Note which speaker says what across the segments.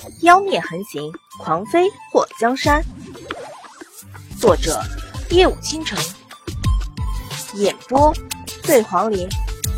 Speaker 1: 妖孽横行，狂飞破江山。作者：夜舞倾城，演播：醉黄林。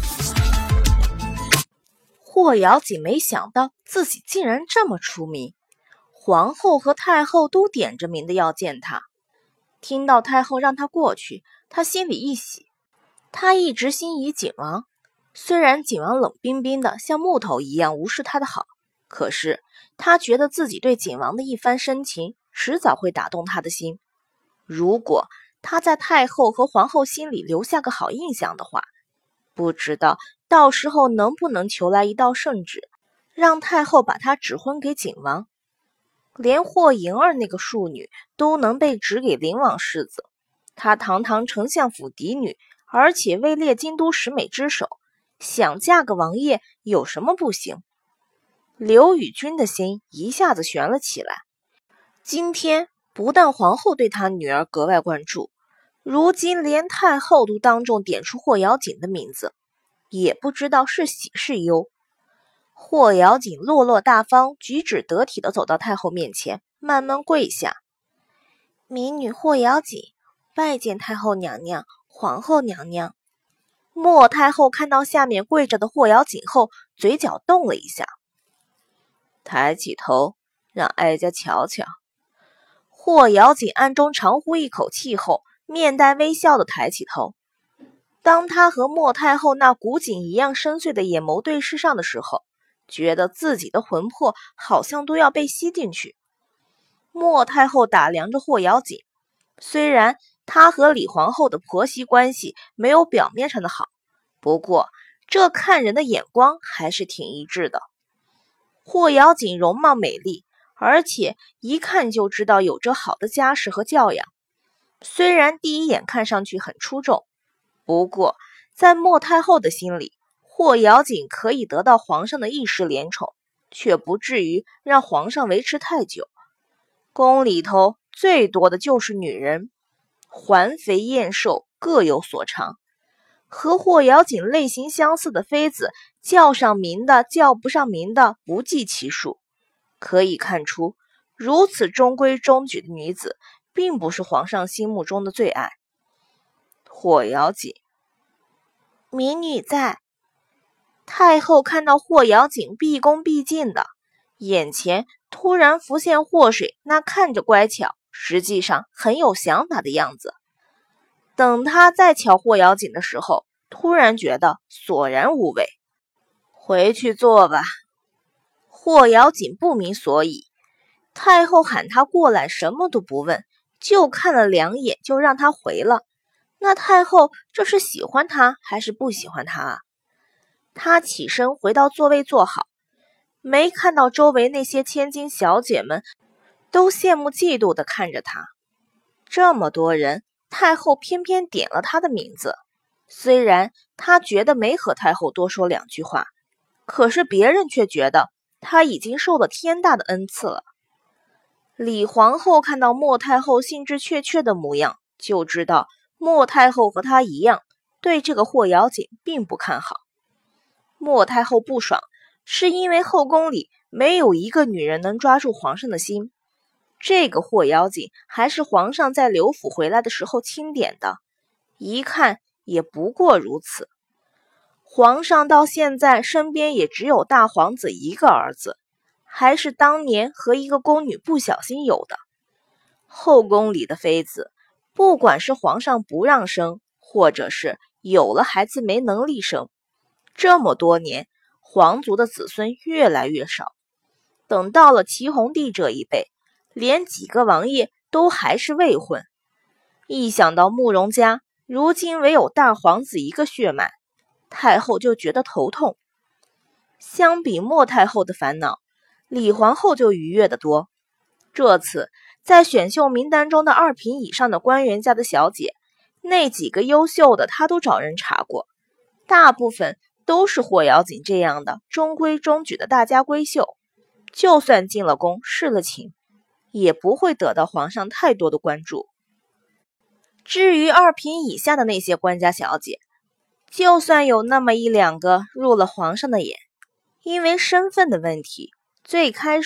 Speaker 1: 霍瑶锦没想到自己竟然这么出名，皇后和太后都点着名的要见他。听到太后让他过去，他心里一喜。他一直心仪景王，虽然景王冷冰冰的像木头一样无视他的好，可是他觉得自己对景王的一番深情迟早会打动他的心。如果他在太后和皇后心里留下个好印象的话，不知道到时候能不能求来一道圣旨，让太后把他指婚给景王。连霍莹儿那个庶女都能被指给灵王世子，她堂堂丞相府嫡女，而且位列京都10美之首，想嫁个王爷有什么不行？刘宇君的心一下子悬了起来。今天不但皇后对他女儿格外关注，如今连太后都当众点出霍瑶锦的名字，也不知道是喜是忧。霍瑶锦落落大方，举止得体地走到太后面前，慢慢跪下。民女霍瑶锦拜见太后娘娘、皇后娘娘。莫太后看到下面跪着的霍瑶锦后，嘴角动了一下，抬起头让哀家瞧瞧。霍瑶锦暗中长呼一口气后，面带微笑地抬起头。当他和莫太后那古井一样深邃的眼眸对视上的时候，觉得自己的魂魄好像都要被吸进去。莫太后打量着霍瑶锦，虽然她和李皇后的婆媳关系没有表面上的好，不过这看人的眼光还是挺一致的。霍瑶锦容貌美丽，而且一看就知道有着好的家世和教养。虽然第一眼看上去很出众，不过在莫太后的心里，霍瑶锦可以得到皇上的一时怜宠，却不至于让皇上维持太久。宫里头最多的就是女人，环肥燕瘦各有所长，和霍瑶锦类型相似的妃子，叫上名的叫不上名的不计其数。可以看出，如此中规中矩的女子，并不是皇上心目中的最爱。霍瑶锦，民女在。太后看到霍瑶锦毕恭毕敬的，眼前突然浮现霍水那看着乖巧，实际上很有想法的样子。等他再瞧霍瑶锦的时候，突然觉得索然无味。回去坐吧。霍瑶锦不明所以，太后喊他过来什么都不问，就看了2眼就让他回了。那太后这是喜欢他还是不喜欢他啊？他起身回到座位坐好，没看到周围那些千金小姐们都羡慕嫉妒地看着他。这么多人，太后偏偏点了他的名字。虽然他觉得没和太后多说2句话，可是别人却觉得他已经受了天大的恩赐了。李皇后看到莫太后兴致缺缺的模样，就知道莫太后和她一样，对这个霍瑶锦并不看好。莫太后不爽，是因为后宫里没有一个女人能抓住皇上的心。这个霍瑶锦还是皇上在刘府回来的时候钦点的，一看也不过如此。皇上到现在身边也只有大皇子一个儿子，还是当年和一个宫女不小心有的。后宫里的妃子，不管是皇上不让生，或者是有了孩子没能力生，这么多年皇族的子孙越来越少。等到了齐弘帝这一辈，连几个王爷都还是未婚。一想到慕容家如今唯有大皇子一个血脉，太后就觉得头痛。相比莫太后的烦恼，李皇后就愉悦得多。这次在选秀名单中的2品以上的官员家的小姐，那几个优秀的她都找人查过，大部分都是霍瑶锦这样的中规中矩的大家闺秀，就算进了宫侍了寝，也不会得到皇上太多的关注。至于2品以下的那些官家小姐，就算有那么1-2个入了皇上的眼，因为身份的问题，最开始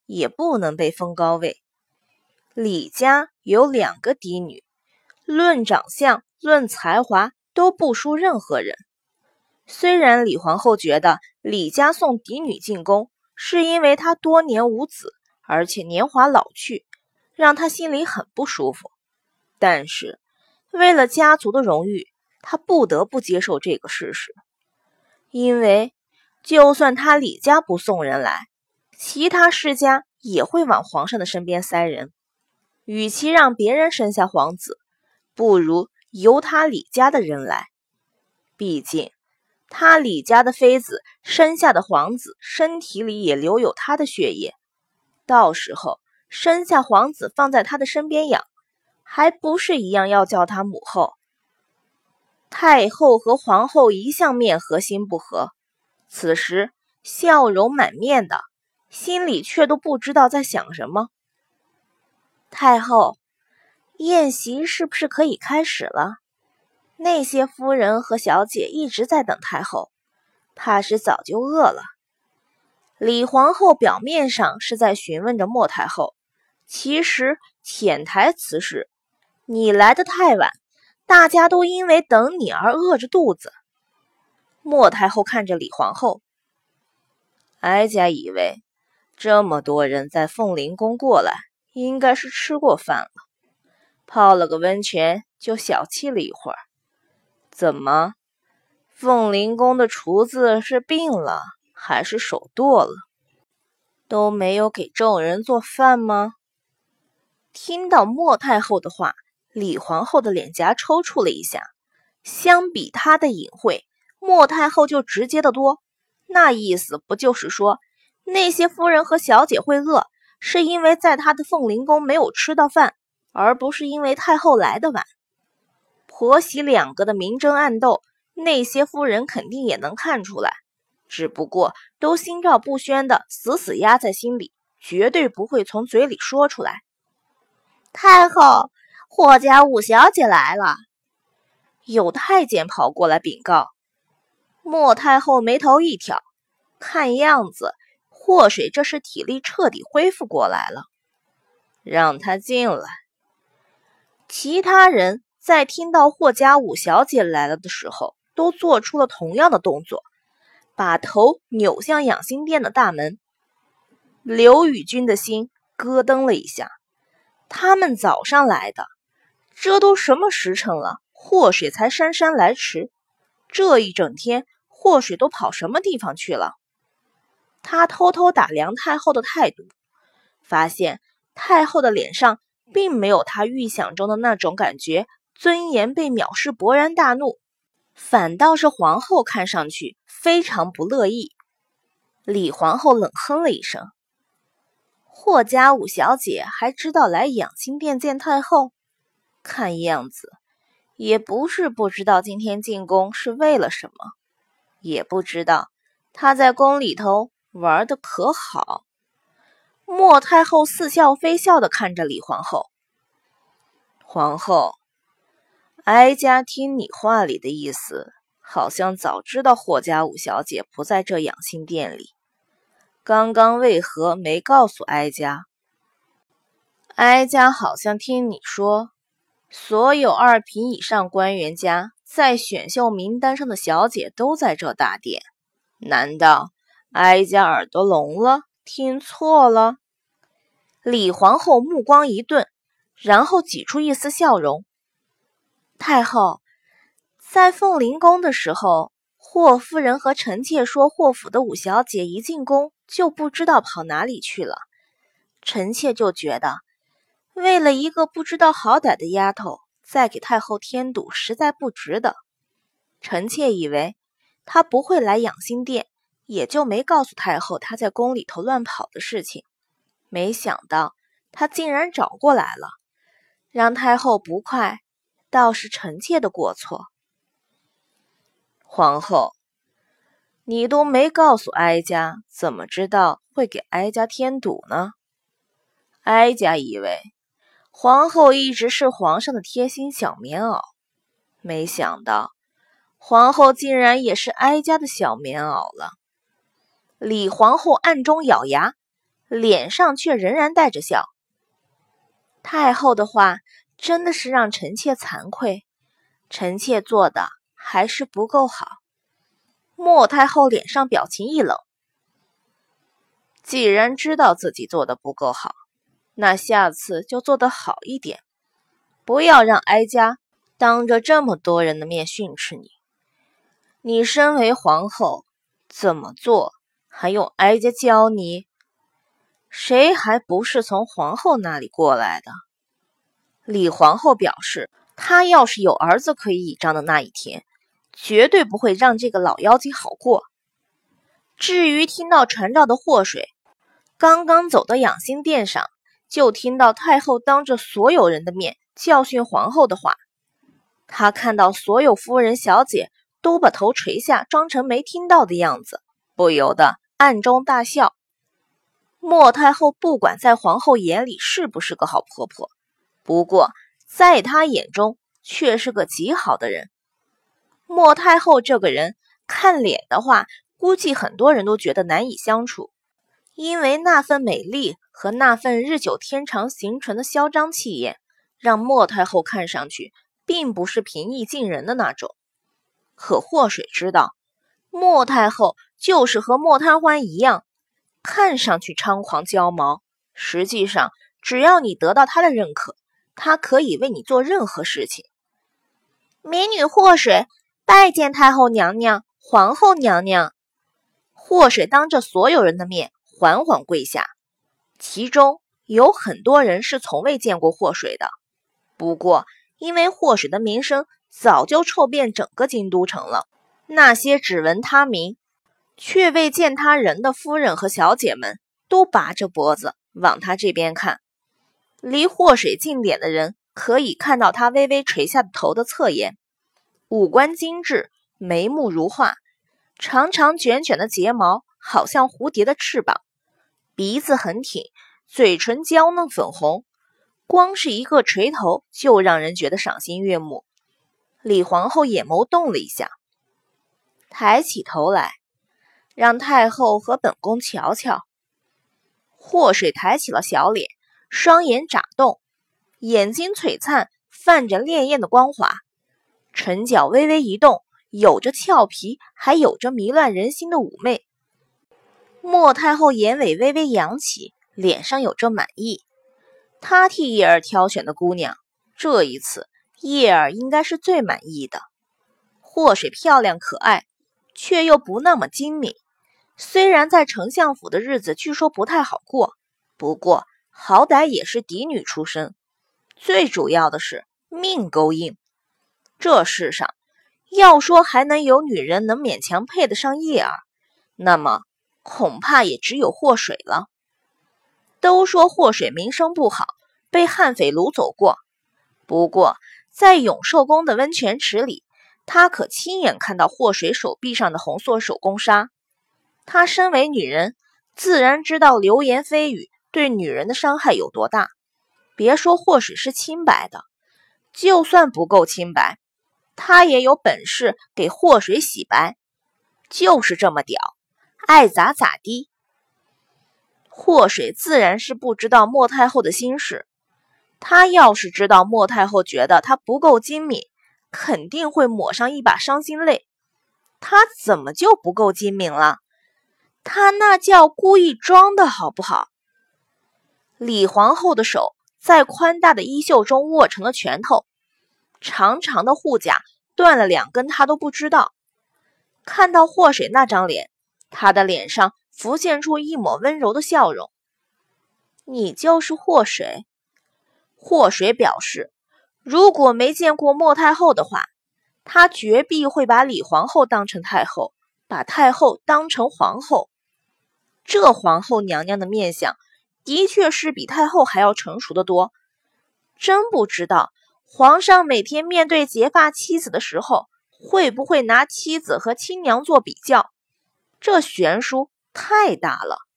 Speaker 1: 也不能被封高位。李家有2个嫡女，论长相，论才华都不输任何人。虽然李皇后觉得李家送嫡女进宫是因为她多年无子，而且年华老去，让她心里很不舒服，但是为了家族的荣誉，她不得不接受这个事实。因为就算她李家不送人来，其他世家也会往皇上的身边塞人。与其让别人生下皇子，不如由他李家的人来。毕竟他李家的妃子生下的皇子身体里也留有他的血液，到时候生下皇子放在他的身边养，还不是一样要叫他母后。太后和皇后一向面和心不和，此时笑容满面的，心里却都不知道在想什么。太后，宴席是不是可以开始了？那些夫人和小姐一直在等太后，怕是早就饿了。李皇后表面上是在询问着莫太后，其实潜台词是：你来得太晚，大家都因为等你而饿着肚子。莫太后看着李皇后，哀家以为这么多人在凤灵宫过来，应该是吃过饭了，泡了个温泉就小憩了一会儿。怎么，凤灵宫的厨子是病了，还是手剁了？都没有给众人做饭吗？听到莫太后的话，李皇后的脸颊抽搐了一下。相比她的隐晦，莫太后就直接得多。那意思不就是说，那些夫人和小姐会饿，是因为在她的凤灵宫没有吃到饭，而不是因为太后来得晚。婆媳2个的明争暗斗，那些夫人肯定也能看出来，只不过都心照不宣的死死压在心里，绝对不会从嘴里说出来。太后，霍家五小姐来了。有太监跑过来禀告。莫太后眉头一挑，看样子霍水这是体力彻底恢复过来了，让她进来。其他人在听到霍家五小姐来了的时候，都做出了同样的动作，把头扭向养心殿的大门。刘宇君的心咯噔了一下，他们早上来的，这都什么时辰了，霍水才姗姗来迟，这一整天霍水都跑什么地方去了？他偷偷打量太后的态度，发现太后的脸上并没有他预想中的那种感觉，尊严被藐视，勃然大怒，反倒是皇后看上去非常不乐意。李皇后冷哼了一声，霍家五小姐还知道来养心殿见太后，看样子也不是不知道今天进宫是为了什么，也不知道她在宫里头玩得可好。莫太后似笑非笑地看着李皇后，皇后，哀家听你话里的意思，好像早知道霍家五小姐不在这养心殿里，刚刚为何没告诉哀家？哀家好像听你说，所有2品以上官员家在选秀名单上的小姐都在这大殿，难道哀家耳朵聋了，听错了？李皇后目光一顿，然后挤出一丝笑容。太后，在凤灵宫的时候，霍夫人和臣妾说霍府的五小姐一进宫就不知道跑哪里去了，臣妾就觉得为了一个不知道好歹的丫头再给太后添堵实在不值得。臣妾以为她不会来养心殿，也就没告诉太后她在宫里头乱跑的事情，没想到她竟然找过来了，让太后不快，倒是臣妾的过错。皇后，你都没告诉哀家，怎么知道会给哀家添堵呢？哀家以为皇后一直是皇上的贴心小棉袄，没想到皇后竟然也是哀家的小棉袄了。李皇后暗中咬牙， 脸上却仍然带着笑。太后的话真的是让臣妾惭愧，臣妾做的还是不够好。莫太后脸上表情一冷，既然知道自己做的不够好，那下次就做得好一点，不要让哀家当着这么多人的面训斥你。你身为皇后，怎么做还用哀家教你？谁还不是从皇后那里过来的？李皇后表示，她要是有儿子可以倚仗的那一天，绝对不会让这个老妖精好过。至于听到传召的祸水，刚刚走到养心殿上，就听到太后当着所有人的面教训皇后的话。她看到所有夫人小姐都把头垂下，装成没听到的样子，不由得暗中大笑。莫太后不管在皇后眼里是不是个好婆婆，不过在她眼中却是个极好的人。莫太后这个人看脸的话，估计很多人都觉得难以相处，因为那份美丽和那份日久天长形成的嚣张气焰，让莫太后看上去并不是平易近人的那种。可祸水知道，莫太后就是和莫贪欢一样，看上去猖狂骄毛，实际上只要你得到她的认可，她可以为你做任何事情。美女祸水，拜见太后娘娘、皇后娘娘。祸水当着所有人的面缓缓跪下，其中有很多人是从未见过祸水的。不过因为祸水的名声早就臭遍整个京都城了，那些只闻他名却未见他人的夫人和小姐们都拔着脖子往他这边看。离祸水近点的人可以看到他微微垂下的头的侧颜，五官精致，眉目如画，长长卷卷的睫毛好像蝴蝶的翅膀，鼻子很挺，嘴唇娇嫩粉红，光是一个垂头就让人觉得赏心悦目。李皇后眼眸动了一下，抬起头来，让太后和本宫瞧瞧。祸水抬起了小脸，双眼眨动，眼睛璀璨，泛着潋滟的光华，唇角微微一动，有着俏皮，还有着迷乱人心的妩媚。莫太后眼尾微微扬起，脸上有着满意。她替叶儿挑选的姑娘，这一次叶儿应该是最满意的。祸水漂亮可爱，却又不那么精明。虽然在丞相府的日子据说不太好过，不过好歹也是嫡女出身，最主要的是命够硬。这世上要说还能有女人能勉强配得上叶儿，那么恐怕也只有祸水了。都说祸水名声不好，被悍匪掳走过，不过在永寿宫的温泉池里，他可亲眼看到祸水手臂上的红色手工纱。她身为女人，自然知道流言蜚语对女人的伤害有多大。别说祸水是清白的，就算不够清白，她也有本事给祸水洗白。就是这么屌，爱咋咋地。祸水自然是不知道莫太后的心事，她要是知道莫太后觉得她不够精明，肯定会抹上一把伤心泪。她怎么就不够精明了？她那叫故意装的好不好？李皇后的手在宽大的衣袖中握成了拳头，长长的护甲断了2根她都不知道。看到祸水那张脸，她的脸上浮现出一抹温柔的笑容。你就是祸水？祸水表示，如果没见过莫太后的话，她绝必会把李皇后当成太后，把太后当成皇后。这皇后娘娘的面相的确是比太后还要成熟得多。真不知道皇上每天面对结发妻子的时候，会不会拿妻子和亲娘做比较？这悬殊太大了。